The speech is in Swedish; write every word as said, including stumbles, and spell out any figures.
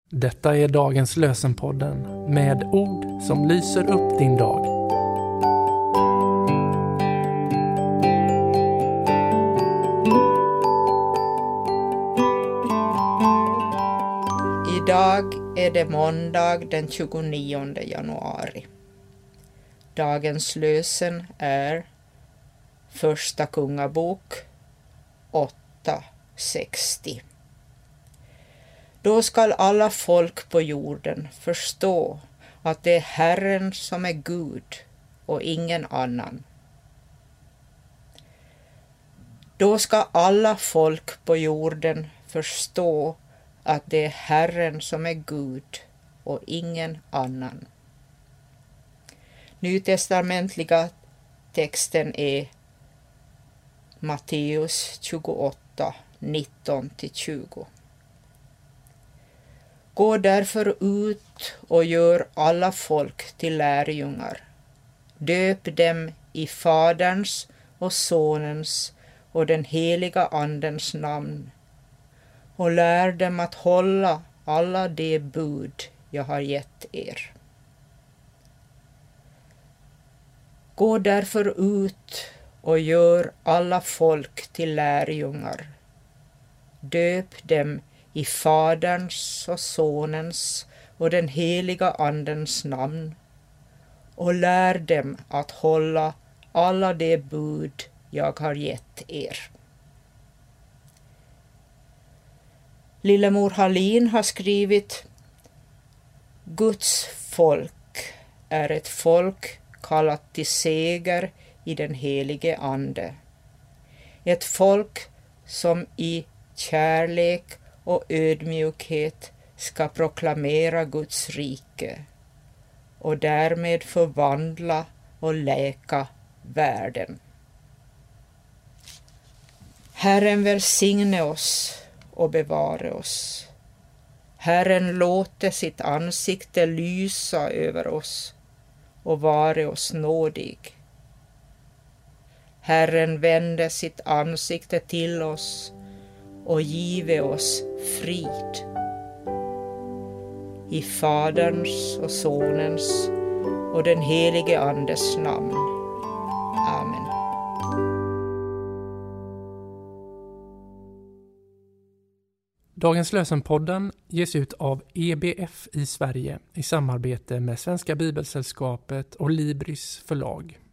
Detta är dagens lösenpodden med ord som lyser upp din dag. Idag är det måndag den tjugonionde januari. Dagens lösen är Första Kungabok åtta sextio. Då skall alla folk på jorden förstå att det är Herren som är Gud och ingen annan. Då ska alla folk på jorden förstå att det är Herren som är Gud och ingen annan. Nytestamentliga texten är Matteus tjugoåtta nitton till tjugo. Gå därför ut och gör alla folk till lärjungar. Döp dem i Faderns och Sonens och den heliga Andens namn och lär dem att hålla alla de bud jag har gett er. Gå därför ut och gör alla folk till lärjungar. Döp dem i Faderns och Sonens och den heliga Andens namn och lär dem att hålla alla de bud jag har gett er. Lillemor Hallin har skrivit: Guds folk är ett folk kallat till seger i den helige ande. Ett folk som i kärlek och ödmjukhet ska proklamera Guds rike och därmed förvandla och läka världen. Herren välsigne oss och bevara oss. Herren låter sitt ansikte lysa över oss och vare oss nådig. Herren vände sitt ansikte till oss och give oss frid. I Faderns och Sonens och den helige Andes namn. Amen. Dagens lösenpodden ges ut av E B F i Sverige i samarbete med Svenska Bibelsällskapet och Libris förlag.